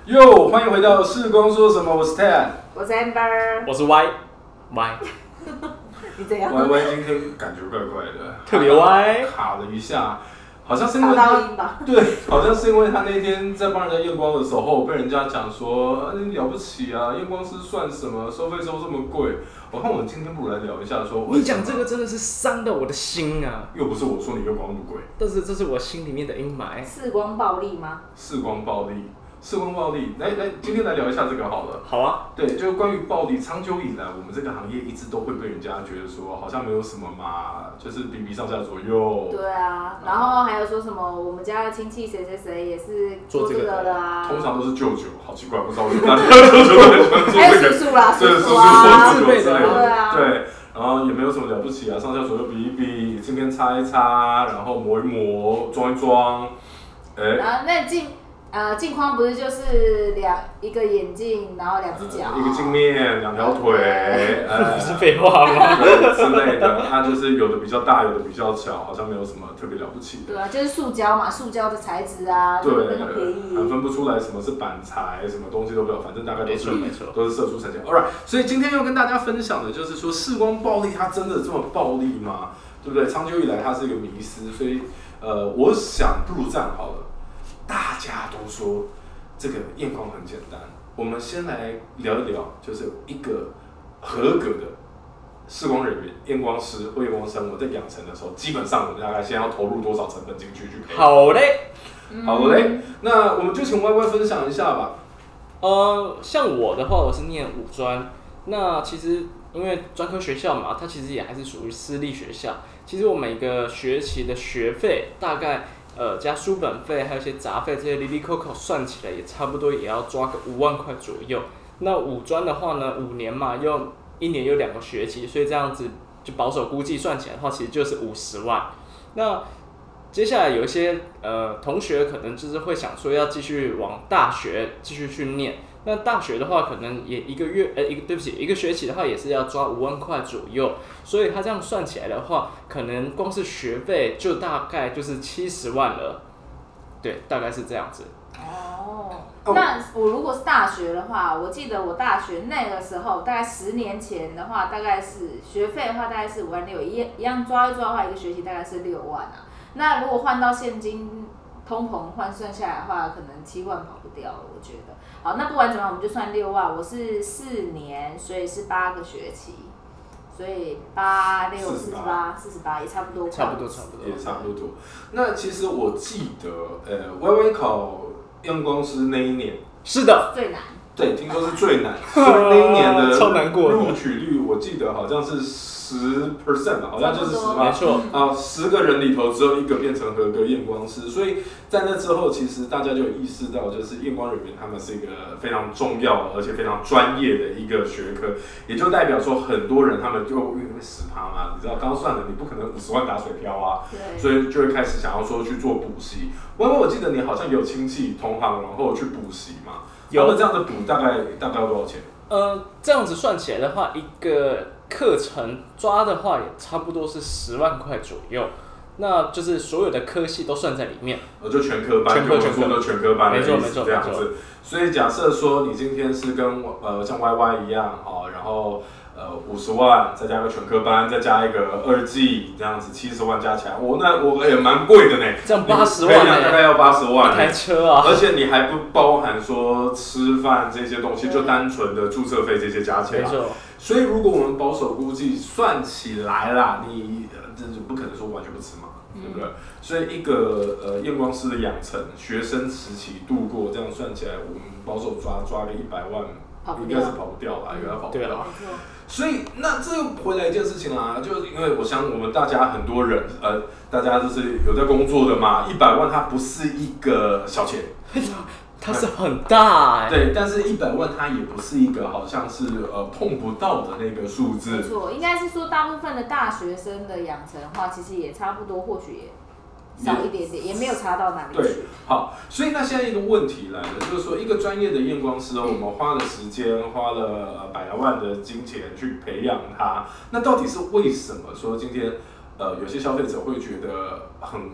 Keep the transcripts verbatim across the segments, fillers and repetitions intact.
哟，欢迎回到视光说什么？我是 Ted， 我是 Amber， 我是 Y Y。 你怎样 ？Y Y 今天感觉怪怪的， 特别歪， 卡了一下，好像是因为卡到音吧？ 对，好像是因为他那天在帮人家验光的时候，被人家讲说你了不起啊，验光师算什么？收费收这么贵？我看我们今天不如来聊一下说， 你讲这个真的是伤到我的心啊！ 又不是我说你验光那么贵， 但是这是我心里面的阴霾。 视光暴力吗？ 视光暴力。视光暴力，来来，今天来聊一下这个好了。 好啊， 对，就是关于暴力，长久以来，我们这个行业一直都会被人家觉得说，好像没有什么嘛，就是比比上下左右。 对啊，然后还有说什么，我们家的亲戚谁谁谁也是做这个的啊。 通常都是舅舅，好奇怪，不知道为什么大家舅舅都很喜欢做这个。 还有叔叔啦， 叔叔啊， 舅舅之类的， 对啊， 对。然后也没有什么了不起啊，上下左右比一比，镜片擦一擦，然后磨一磨，装一装，哎、欸。 然后那镜。呃，镜框不是就是两一个眼镜，然后两只脚、 呃，一个镜面，两条腿， 呃，不是废话吗？ 对之类的，它就是有的比较大，有的比较小，好像没有什么特别了不起的。 对啊，就是塑胶嘛，塑胶的材质啊， 对， 那么便宜， 分不出来什么是板材，什么东西都不知道，反正大概都是没错， 都是射出成绩。Alright， 所以今天要跟大家分享的就是说，视光暴力它真的这么暴力吗？对不对？长久以来它是一个迷思，所以呃，我想不如这样好了，大家都说。这个验光很简单，我们先来聊一聊，就是一个合格的视光人员、验光师或验光生，我在养成的时候，基本上我们大概先要投入多少成本进去去培养。 好嘞， 好嘞，那我们就请 Y Y 分享一下吧。 呃，像我的话，我是念五专，那其实因为专科学校嘛，它其实也还是属于私立学校。其实我每个学期的学费大概。呃，加书本费还有一些杂费，这些哩哩扣扣算起来也差不多也要抓个五万块左右。那五专的话呢，五年嘛，又一年有两个学期，所以这样子就保守估计算起来的话，其实就是五十万。那接下来有一些呃同学可能就是会想说要继续往大学继续去念。那大学的话，可能也一个月，呃，一个对不起，一个学期的话也是要抓五万块左右，所以他这样算起来的话，可能光是学费就大概就是七十万了，对，大概是这样子。 哦，那我如果是大学的话，我记得我大学那个时候，大概十年前的话，大概是学费的话大概是五万六，一一样抓一抓的话，一个学期大概是六万啊。那如果换到现金，通膨换算下来的话，可能七万跑不掉了，我觉得。好，那不管怎么样，我们就算六万。我是四年，所以是八个学期，所以八六四十八，四十八也差不多。 差不多，差不多， 也差不多。那其实我记得，呃，Y Y 考验光师那一年， 是的， 最难。 对，听说是最难，所以那一年的超难过录取率，我记得好像是十 percent 吧，好像就是十吧。 没错。 啊，十个人里头只有一个变成合格验光师，所以在那之后，其实大家就有意识到，就是验光人员他们是一个非常重要而且非常专业的一个学科，也就代表说很多人他们就因为十趴嘛，你知道刚算了，你不可能五十万打水漂啊，所以就会开始想要说去做补习。因为我记得你好像有亲戚同行，然后去补习嘛。他们这样子补大概大概要多少钱？ 呃，这样子算起来的话，一个课程抓的话也差不多是十万块左右，那就是所有的科系都算在里面。 呃，就全科班， 全科全科的全科班的意思这样子。所以假设说你今天是跟呃像 Y Y 一样哦，然后呃五十万再加个全科班，再加一个二技这样子，七十万加起来，我那我也蛮贵的呢。 这样八十万呢？ 大概要八十万。 一台车啊！ 而且你还不包含说吃饭这些东西，就单纯的注册费这些加起来。 没错。 所以如果我们保守估计算起来啦，你这就不可能说完全不吃嘛，嗯、对不对？所以一个呃验光师的养成，学生时期度过，这样算起来，我们保守抓抓个一百万，应该是跑不掉吧？应该跑不掉。所以那这又回来一件事情啦，就因为我想我们大家很多人，呃，大家就是有在工作的嘛，一百万它不是一个小钱。 它是很大哎、欸， 对，但是一百万它也不是一个好像是呃碰不到的那个数字。 没错，应该是说大部分的大学生的养成的话，其实也差不多，或许也少一点点，也没有差到哪里去。 对，好，所以那现在一个问题来了，就是说一个专业的验光师，我们花了时间，花了百来万的金钱去培养他，那到底是为什么说今天？呃，有些消费者会觉得很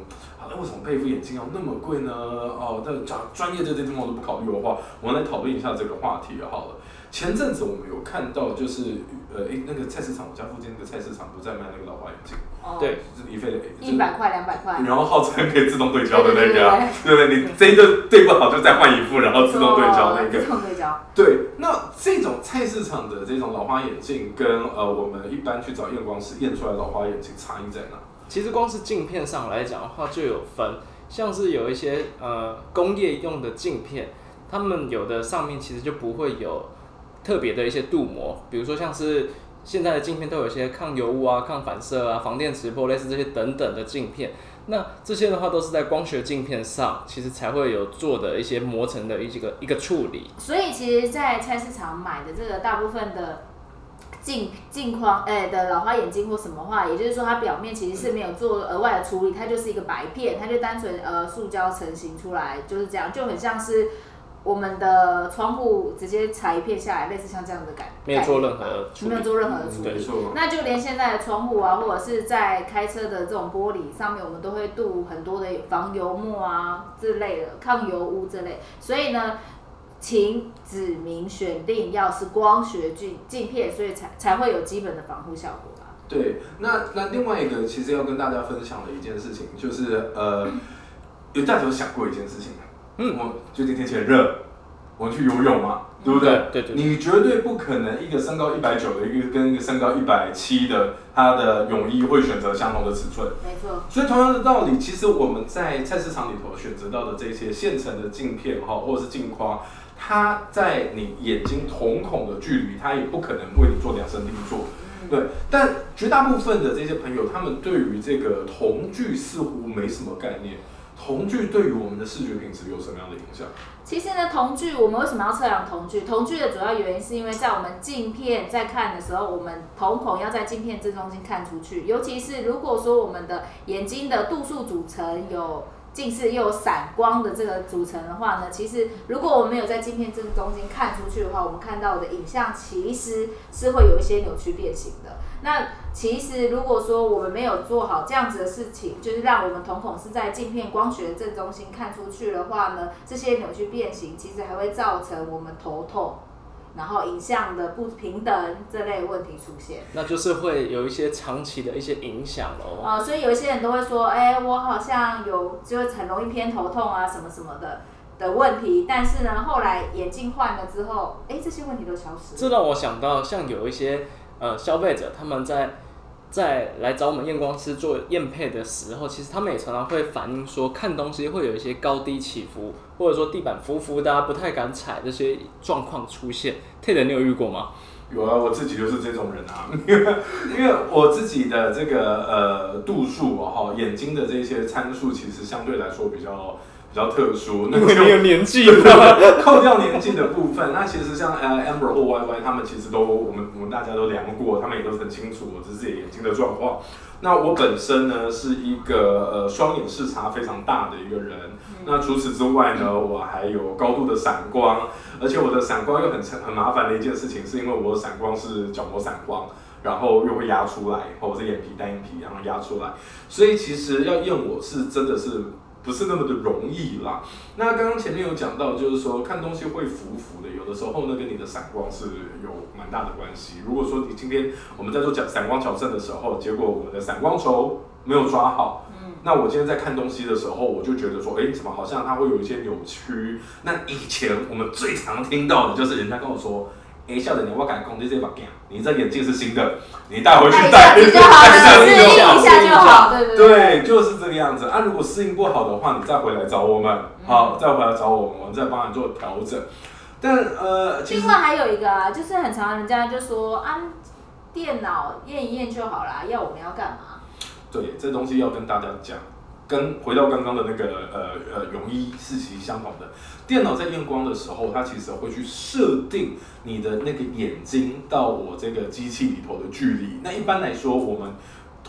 好，那为什么配副眼镜要那么贵呢？哦，那专业这些地方我都不考虑的话，我们来讨论一下这个话题好了。前阵子我们有看到，就是呃，诶，那个菜市场，我家附近那个菜市场不是在卖那个老花眼镜， 哦， 对， 就是一费一百块、两百块， 然后号称可以自动对焦的那个、啊， 对不对？你这一个对不好就再换一副，然后自动对焦那个， 自动对焦。 对，那这种菜市场的这种老花眼镜，跟呃我们一般去找验光师验出来的老花眼镜差异在哪？ 其实光是镜片上来讲的话，就有分，像是有一些呃工业用的镜片，他们有的上面其实就不会有特别的一些镀膜，比如说像是现在的镜片都有一些抗油污啊、抗反射啊、防电磁波类似这些等等的镜片。那这些的话都是在光学镜片上，其实才会有做的一些磨层的一个一个处理。 所以其实，在菜市场买的这个大部分的镜镜框，哎、欸、的老花眼镜或什么话，也就是说它表面其实是没有做额外的处理，它就是一个白片，它就单纯呃塑胶成型出来，就是这样，就很像是我们的窗户直接裁一片下来，类似像这样的感， 没有做任何处理， 没有做任何的处理。 嗯、 那就连现在的窗户啊，或者是在开车的这种玻璃上面，我们都会镀很多的防油膜啊之类的，抗油污之类。所以呢，请指明选定要是光学镜镜片，所以才才会有基本的防护效果吧。 对，那那另外一个其实要跟大家分享的一件事情，就是呃，有大家有想过一件事情吗？嗯，我最近天气很热，我们去游泳嘛，对不对？ 对对对。 你绝对不可能一个身高一百九的，一个跟一个身高一百七的，他的泳衣会选择相同的尺寸。 没错。 所以同样的道理，其实我们在菜市场里头选择到的这些现成的镜片哈，或者是镜框，它在你眼睛瞳孔的距离，它也不可能为你做量身定做。对，但绝大部分的这些朋友，他们对于这个瞳距似乎没什么概念。瞳距对于我们的视觉品质有什么样的影响？ 其实呢，瞳距我们为什么要测量瞳距？瞳距的主要原因是因为在我们镜片在看的时候，我们瞳孔要在镜片正中心看出去，尤其是如果说我们的眼睛的度数组成有近视又有散光的这个组成的话呢，其实如果我们没有在镜片正中心看出去的话，我们看到的影像其实是会有一些扭曲变形的。那其实如果说我们没有做好这样子的事情，就是让我们瞳孔是在镜片光学正中心看出去的话呢，这些扭曲变形其实还会造成我们头痛，然后影像的不平等这类问题出现， 那就是会有一些长期的一些影响喽。 啊、呃，所以有一些人都会说，哎、欸，我好像有就是很容易偏头痛啊，什么什么的的问题，但是呢，后来眼镜换了之后，哎、欸，这些问题都消失了。 这让我想到，像有一些呃消费者，他们在在来找我们验光师做验配的时候，其实他们也常常会反映说，看东西会有一些高低起伏，或者说地板浮浮的、啊，不太敢踩这些状况出现。Ted， 你有遇过吗？ 有啊，我自己就是这种人啊，因为我自己的这个呃度数哈，眼睛的这些参数其实相对来说比较。比较特殊，那因为你有年纪了， 扣掉年纪的部分，那其实像呃 Amber 或 Y Y 他们其实都我们我们大家都量过，他们也都很清楚我自己眼睛的状况。那我本身呢是一个呃双眼视差非常大的一个人，嗯、那除此之外呢，我还有高度的散光，而且我的散光又很很麻烦的一件事情，是因为我的散光是角膜散光。然后又会压出来，或者是眼皮单眼皮，然后压出来，所以其实要验我是真的是不是那么的容易啦。那刚刚前面有讲到，就是说看东西会浮浮的，有的时候呢跟你的散光是有蛮大的关系。如果说你今天我们在做散光矫正的时候，结果我们的散光轴没有抓好，嗯，那我今天在看东西的时候，我就觉得说，哎，怎么好像它会有一些扭曲？那以前我们最常听到的就是人家跟我说。哎，小人，我敢讲你这把镜，你这眼镜是新的，你带回去戴， 就好了，适应一下就好，对对对，就是这个样子啊。如果适应不好的话，你再回来找我们，好，再回来找我们，我们再帮你做调整。但呃， 另外还有一个啊，就是很常人家就说啊，电脑验一验就好啦，要我们要干嘛？ 对，这东西要跟大家讲。跟回到刚刚的那个呃呃泳衣是其实相同的，电脑在验光的时候，它其实会去设定你的那个眼睛到我这个机器里头的距离。那一般来说，我们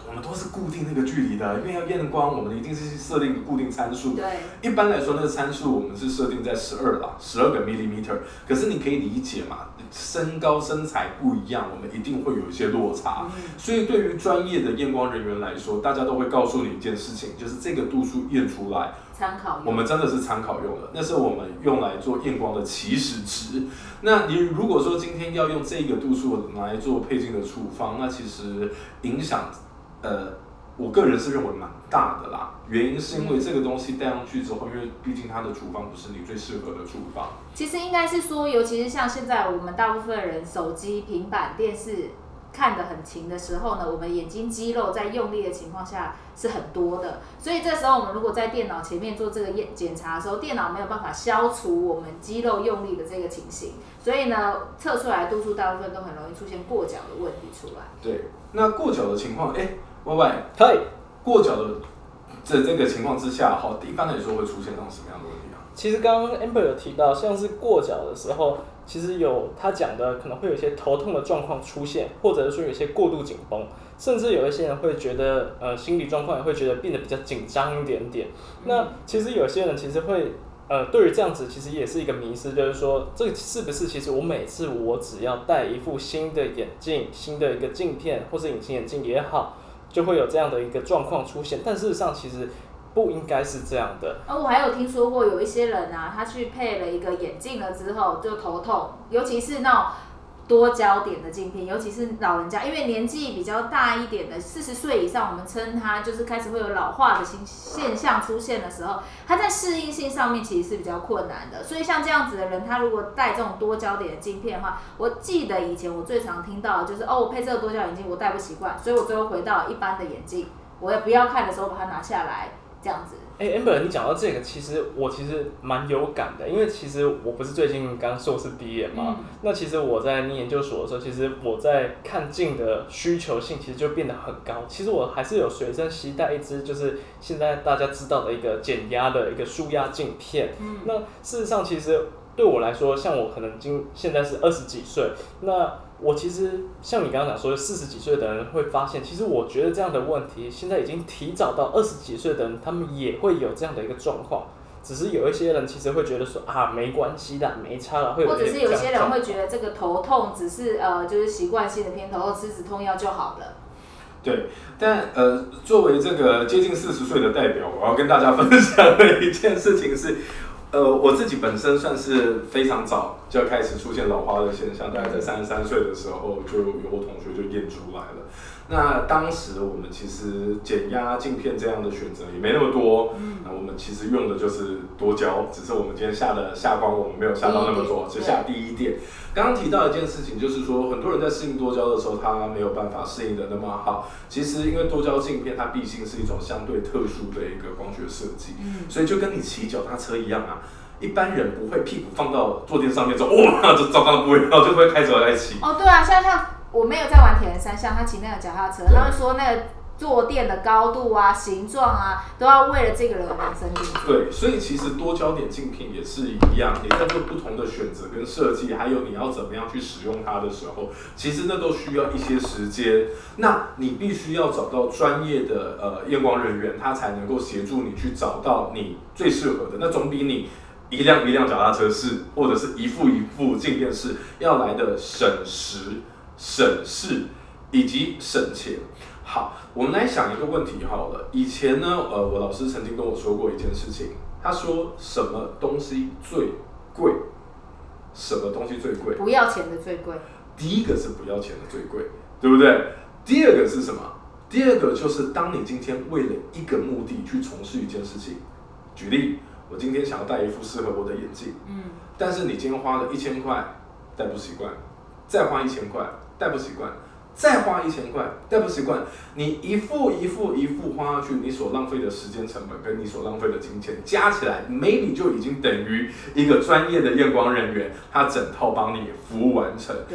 我们都是固定那个距离的，因为要验光，我们一定是设定一个固定参数。 对。 一般来说，那个参数我们是设定在十二啦，十二个 millimeter。可是你可以理解嘛，身高身材不一样，我们一定会有一些落差。嗯、所以对于专业的验光人员来说，大家都会告诉你一件事情，就是这个度数验出来， 参考用。 我们真的是参考用的，那是我们用来做验光的起始值。那你如果说今天要用这个度数来做配镜的处方，那其实影响，呃，我个人是认为蛮大的啦。原因是因为这个东西戴上去之后，因为毕竟它的处方不是你最适合的处方。 其实应该是说，尤其是像现在我们大部分人手机、平板、电视看得很勤的时候呢，我们眼睛肌肉在用力的情况下是很多的，所以这时候我们如果在电脑前面做这个检查的时候，电脑没有办法消除我们肌肉用力的这个情形，所以呢，测出来的度数大部分都很容易出现过角的问题出来。 对，那过角的情况，哎 ，Y Y， 嗨， 过角的这这个情况之下，好，一般来说会出现到什么样的问题啊？ 其实刚刚 Amber 有提到，像是过角的时候，其实有他讲的可能会有一些头痛的状况出现，或者是说有一些过度紧绷，甚至有一些人会觉得呃心理状况也会觉得变得比较紧张一点点。那其实有些人其实会呃对于这样子其实也是一个迷思，就是说这个是不是其实我每次我只要戴一副新的眼镜、新的一个镜片或是隐形眼镜也好，就会有这样的一个状况出现，但事实上其实不应该是这样的。 而我还有听说过有一些人啊，他去配了一个眼镜了之后就头痛，尤其是那种多焦点的镜片，尤其是老人家，因为年纪比较大一点的，四十岁以上，我们称他就是开始会有老化的现象出现的时候，他在适应性上面其实是比较困难的。所以像这样子的人，他如果戴这种多焦点的镜片的话，我记得以前我最常听到的就是哦，我配这个多焦眼镜我戴不习惯，所以我最后回到一般的眼镜，我也不要看的时候把它拿下来。这样子， 哎、欸、，Amber， 你讲到这个，其实我其实蛮有感的，因为其实我不是最近刚硕士毕业嘛，嗯、那其实我在念研究所的时候，其实我在看镜的需求性其实就变得很高。其实我还是有随身携带一支，就是现在大家知道的一个减压的一个舒压镜片。嗯，那事实上其实对我来说，像我可能今现在是二十几岁，那我其实像你刚刚讲说，四十几岁的人会发现，其实我觉得这样的问题现在已经提早到二十几岁的人，他们也会有这样的一个状况。只是有一些人其实会觉得说啊，没关系的，没差了，会有或者是有些人会觉得这个头痛只是呃，就是习惯性的偏头痛，吃止痛药就好了。 对，但呃，作为这个接近四十岁的代表，我要跟大家分享的一件事情是。呃，我自己本身算是非常早就开始出现老花的现象，大概在三十三岁的时候就有同学就验出来了。那当时我们其实减压镜片这样的选择也没那么多，嗯，那我们其实用的就是多焦，只是我们今天下的下光我们没有下到那么多，就下第一点。刚刚提到一件事情，就是说很多人在适应多焦的时候，他没有办法适应的那么好。其实因为多焦镜片它毕竟是一种相对特殊的一个光学设计，嗯，所以就跟你骑脚踏车一样啊。一般人不会屁股放到坐垫上面之后，哇，这糟糕不会，然后就会开始往在骑。 哦，对啊，像像我没有在玩铁人三项，他骑那个脚踏车，他会说那个坐垫的高度啊、形状啊，都要为了这个人量身定做。 对，所以其实多焦点镜片也是一样，你在做不同的选择跟设计，还有你要怎么样去使用它的时候，其实那都需要一些时间。那你必须要找到专业的呃验光人员，他才能够协助你去找到你最适合的。那总比你一辆一辆脚踏车式，或者是一副一副镜片式，要来的省时、省事以及省钱。好，我们来想一个问题好了。以前呢，呃，我老师曾经跟我说过一件事情，他说什么东西最贵？什么东西最贵？ 不要钱的最贵。 第一个是不要钱的最贵，对不对？第二个是什么？第二个就是当你今天为了一个目的去从事一件事情，举例。我今天想要戴一副适合我的眼镜，嗯，但是你今天花了一千块，戴不习惯，再花一千块，戴不习惯，再花一千块，戴不习惯，你一副一副一副花下去，你所浪费的时间成本跟你所浪费的金钱加起来 ，maybe 就已经等于一个专业的验光人员他整套帮你服务完成。 对。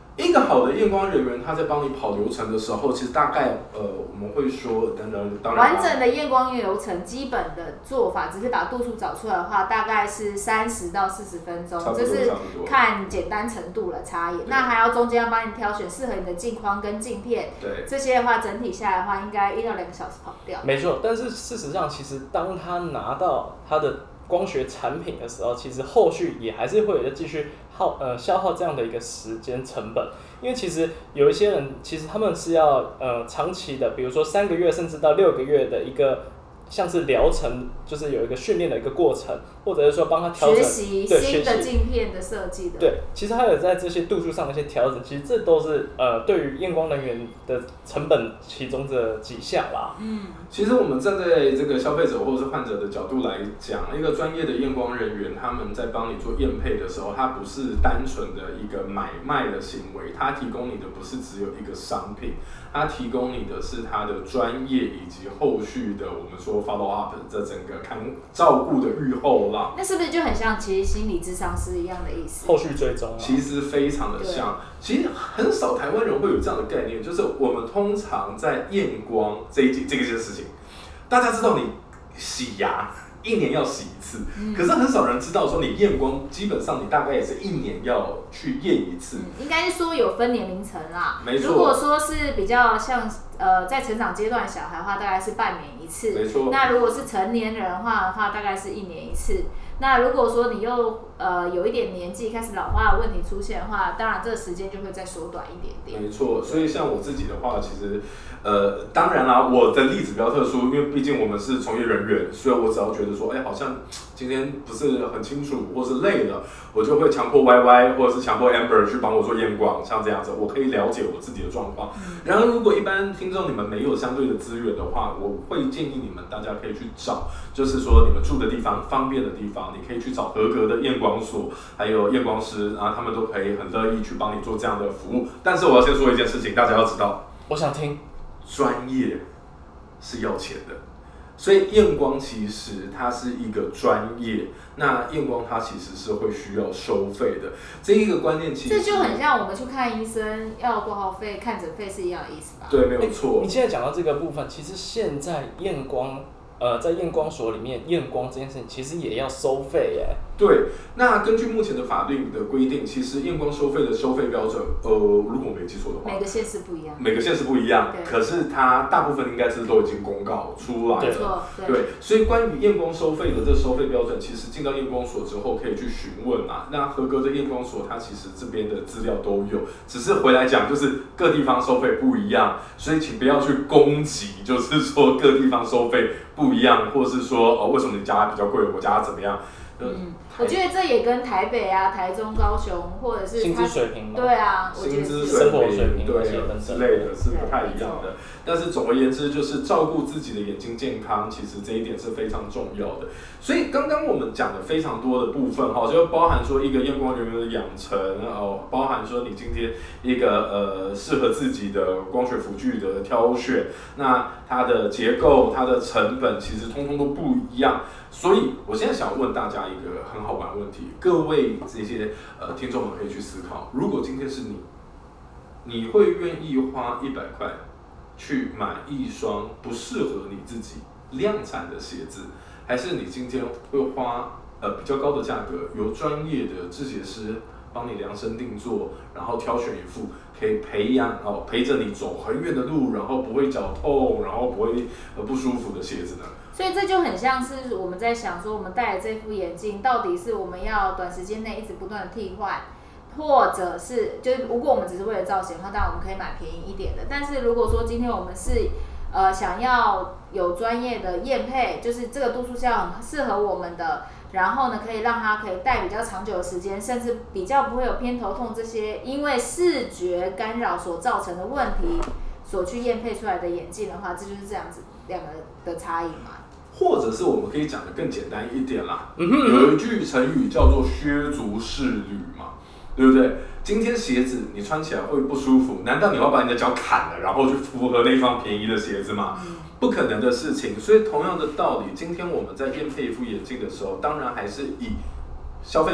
一个好的验光人员，他在帮你跑流程的时候，其实大概呃，我们会说，当然当然， 完整的验光流程基本的做法，只是把度数找出来的话，大概是三十到四十分钟，这是看简单程度的差异。那还要中间要帮你挑选适合你的镜框跟镜片， 对， 这些的话整体下来的话，应该一到两个小时跑不掉。 没错，但是事实上，其实当他拿到他的光学产品的时候，其实后续也还是会有继续耗呃消耗这样的一个时间成本，因为其实有一些人其实他们是要呃长期的，比如说三个月甚至到六个月的一个像是疗程，就是有一个训练的一个过程，或者是说帮他调整学习新的镜片的设计的。 对，其实还有在这些度数上的一些调整，其实这都是呃对于验光人员的成本其中的几项啦。 嗯， 其实我们站在这个消费者或者是患者的角度来讲，一个专业的验光人员，他们在帮你做验配的时候，他不是单纯的一个买卖的行为，他提供你的不是只有一个商品，他提供你的是他的专业以及后续的我们说 follow up 这整个看照顾的预后啦。 那是不是就很像其实心理咨商师一样的意思？ 后续追踪、啊、 其实非常的像，其实很少台湾人会有这样的概念，就是我们通常在验光这一这个件事情，大家知道你洗牙一年要洗一次，嗯、可是很少人知道说你验光基本上你大概也是一年要去验一次。 嗯、应该是说有分年龄层啦。 没错。 如果说是比较像呃在成长阶段的小孩的话，大概是半年一次。 没错。 那如果是成年人的话的话，大概是一年一次。那如果说你又呃有一点年纪开始老化的问题出现的话，当然这个时间就会再缩短一点点。 没错，所以像我自己的话，其实呃当然啦，我的例子比较特殊，因为毕竟我们是从业人员，所以我只要觉得说，哎、欸，好像今天不是很清楚，或是累了，我就会强迫 Y Y 或者是强迫 Amber 去帮我做验光，像这样子，我可以了解我自己的状况。嗯、然而，如果一般听众你们没有相对的资源的话，我会建议你们大家可以去找，就是说你们住的地方方便的地方。你可以去找合格的验光所，还有验光师，然后他们都可以很乐意去帮你做这样的服务。但是我要先说一件事情，大家要知道， 我想听， 专业是要钱的，所以验光其实它是一个专业，那验光它其实是会需要收费的。这一个观念其实这就很像我们去看医生要挂号费、看诊费是一样的意思吧？ 对，没有错。 你现在讲到这个部分，其实现在验光。呃，在验光所里面验光这件事情，其实也要收费耶。 对，那根据目前的法律的规定，其实验光收费的收费标准，呃，如果我没记错的话， 每个县市不一样。 每个县市不一样，可是它大部分应该是都已经公告出来了。 对， 对，所以关于验光收费的这收费标准，其实进到验光所之后可以去询问啊。那合格的验光所，它其实这边的资料都有，只是回来讲就是各地方收费不一样，所以请不要去攻击，就是说各地方收费不一样，或是说哦为什么你家比较贵，我家怎么样？ 嗯，我觉得这也跟台北啊、台中、高雄，或者是薪资水平嘛， 对啊， 薪资生活水平对之类的是不太一样的。但是总而言之，就是照顾自己的眼睛健康，其实这一点是非常重要的。所以刚刚我们讲的非常多的部分哈，就包含说一个验光人员的养成哦，包含说你今天一个呃适合自己的光学辅具的挑选，那它的结构、它的成本其实通通都不一样。所以，我现在想问大家一个很好玩的问题，各位这些呃听众们可以去思考：如果今天是你，你会愿意花一百块去买一双不适合你自己量产的鞋子，还是你今天会花呃比较高的价格，由专业的制鞋师帮你量身定做，然后挑选一副可以培养哦陪着你走很远的路，然后不会脚痛，然后不会呃不舒服的鞋子呢？ 所以这就很像是我们在想说，我们戴的这副眼镜到底是我们要短时间内一直不断的替换，或者是就是如果我们只是为了造型的话，当然我们可以买便宜一点的。但是如果说今天我们是呃想要有专业的验配，就是这个度数是要很适合我们的，然后呢可以让它可以戴比较长久的时间，甚至比较不会有偏头痛这些因为视觉干扰所造成的问题所去验配出来的眼镜的话，这就是这样子两个的差异嘛。 或者是我们可以讲的更简单一点啦，有一句成语叫做削足适履嘛，对不对？今天鞋子你穿起来会不舒服，难道你要把你的脚砍了，然后去符合那双便宜的鞋子吗？不可能的事情。所以同样的道理，今天我们在验配一副眼镜的时候，当然还是以消费者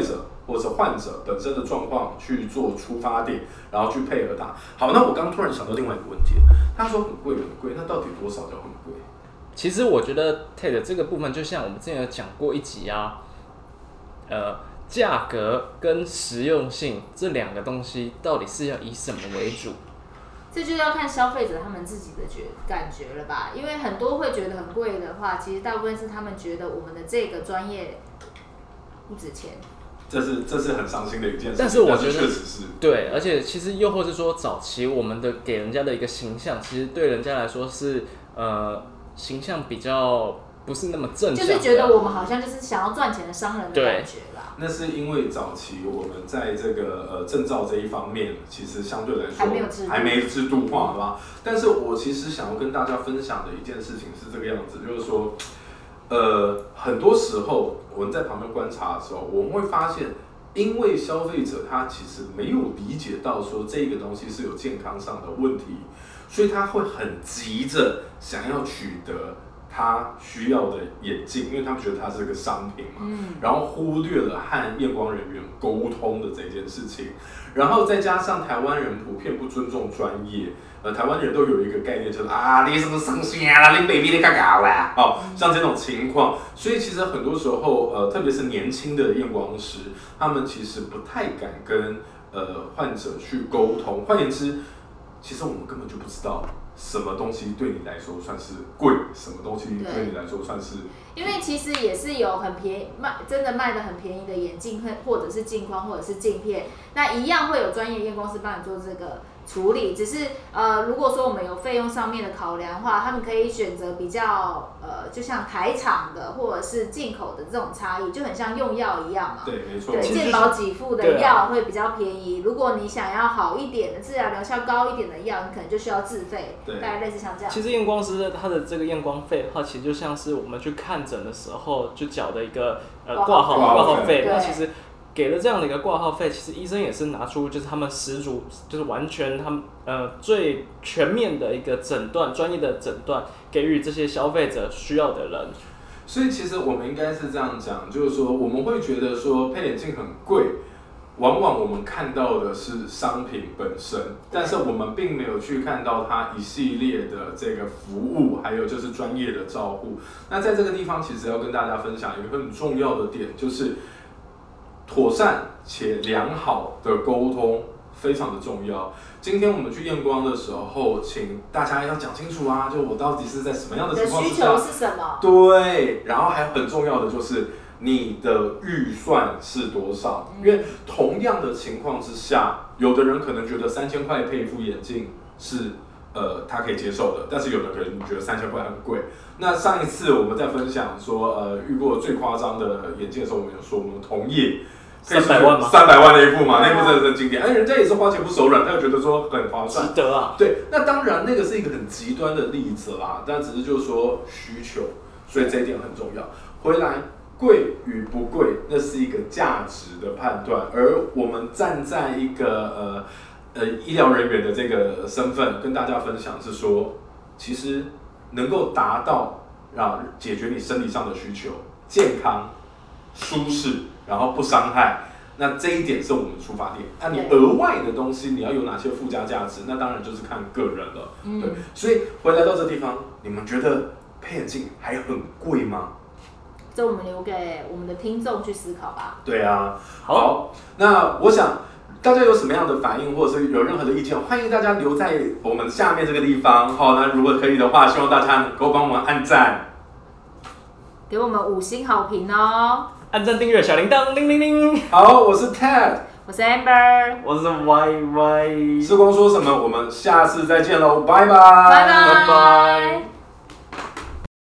或者患者本身的状况去做出发点，然后去配合它。好，那我刚突然想到另外一个问题，他说很贵很贵，那到底多少叫很贵？ 其实我觉得 Ted 这个部分，就像我们之前有讲过一集啊，呃，价格跟实用性这两个东西到底是要以什么为主？ 这就要看消费者他们自己的觉感觉了吧，因为很多会觉得很贵的话，其实大部分是他们觉得我们的这个专业不值钱。 这是这是很伤心的一件事， 但是我觉得确实是对，而且其实又或是说，早期我们的给人家的一个形象，其实对人家来说是呃形象比较不是那么正向的， 就是觉得我们好像就是想要赚钱的商人的感觉啦。 那是因为早期我们在这个呃证照这一方面，其实相对来说还没有制度， 还没制度化啦。但是我其实想要跟大家分享的一件事情是这个样子，就是说，呃，很多时候我们在旁边观察的时候，我们会发现，因为消费者他其实没有理解到说这个东西是有健康上的问题，所以他会很急着想要取得他需要的眼镜，因为他们觉得它是个商品嘛，嗯、然后忽略了和验光人员沟通的这件事情，然后再加上台湾人普遍不尊重专业，呃，台湾人都有一个概念就是啊，你什么上线啦，你 baby 你干搞啦，哦，像这种情况，所以其实很多时候，呃，特别是年轻的验光师，他们其实不太敢跟呃患者去沟通，换言之，其实我们根本就不知道什么东西对你来说算是贵，什么东西对你来说算是， 因为其实也是有很便宜卖，真的卖的很便宜的眼镜，或者是镜框，或者是镜片，那一样会有专业验光师帮你做这个处理。只是呃，如果说我们有费用上面的考量的话，他们可以选择比较呃，就像台厂的或者是进口的这种差异，就很像用药一样嘛。 对，没错。 对，健保给付的药会比较便宜。如果你想要好一点的治疗疗效高一点的药，你可能就需要自费。对，大概类似像这样。 其实验光师的他的这个验光费的话，其实就像是我们去看诊的时候就缴的一个呃挂号挂号费。那其实给了这样的一个挂号费，其实医生也是拿出就是他们十足，就是完全他们呃最全面的一个诊断，专业的诊断给予这些消费者需要的人。 所以其实我们应该是这样讲，就是说我们会觉得说配眼镜很贵，往往我们看到的是商品本身，但是我们并没有去看到它一系列的这个服务，还有就是专业的照护。那在这个地方，其实要跟大家分享一个很重要的点，就是妥善且良好的沟通非常的重要。今天我们去验光的时候，请大家要讲清楚啊，就我到底是在什么样的情况之下， 你的需求是什么？ 对，然后还很重要的就是你的预算是多少？因为同样的情况之下，有的人可能觉得三千块配一副眼镜是呃他可以接受的，但是有的人觉得三千块很贵。那上一次我们在分享说呃遇过最夸张的眼镜的时候，我们有说我们同业三百万吗？ 三百万的一副嘛，那一副真的是经典。哎，人家也是花钱不手软，他就觉得说很划算， 值得啊。 对，那当然那个是一个很极端的例子啦，但只是就是说需求，所以这一点很重要。回来贵与不贵，那是一个价值的判断，而我们站在一个呃呃医疗人员的这个身份，跟大家分享是说，其实能够达到啊解决你生理上的需求，健康、舒适。然后不伤害，那这一点是我们的出发点。那、啊、你额外的东西，你要有哪些附加价值？那当然就是看个人了。嗯、对，所以回来到这地方，你们觉得配眼镜还很贵吗？ 这我们留给我们的听众去思考吧。 对啊，好，那我想大家有什么样的反应，或者是有任何的意见，欢迎大家留在我们下面这个地方。好，那如果可以的话，希望大家能够帮我们按赞， 给我们五星好评哦。 按赞、订阅、小铃铛，铃铃铃。 好，我是 Ted， 我是 Amber， 我是 Y Y。 时光说什么？我们下次再见喽，拜拜， 拜拜。 拜拜。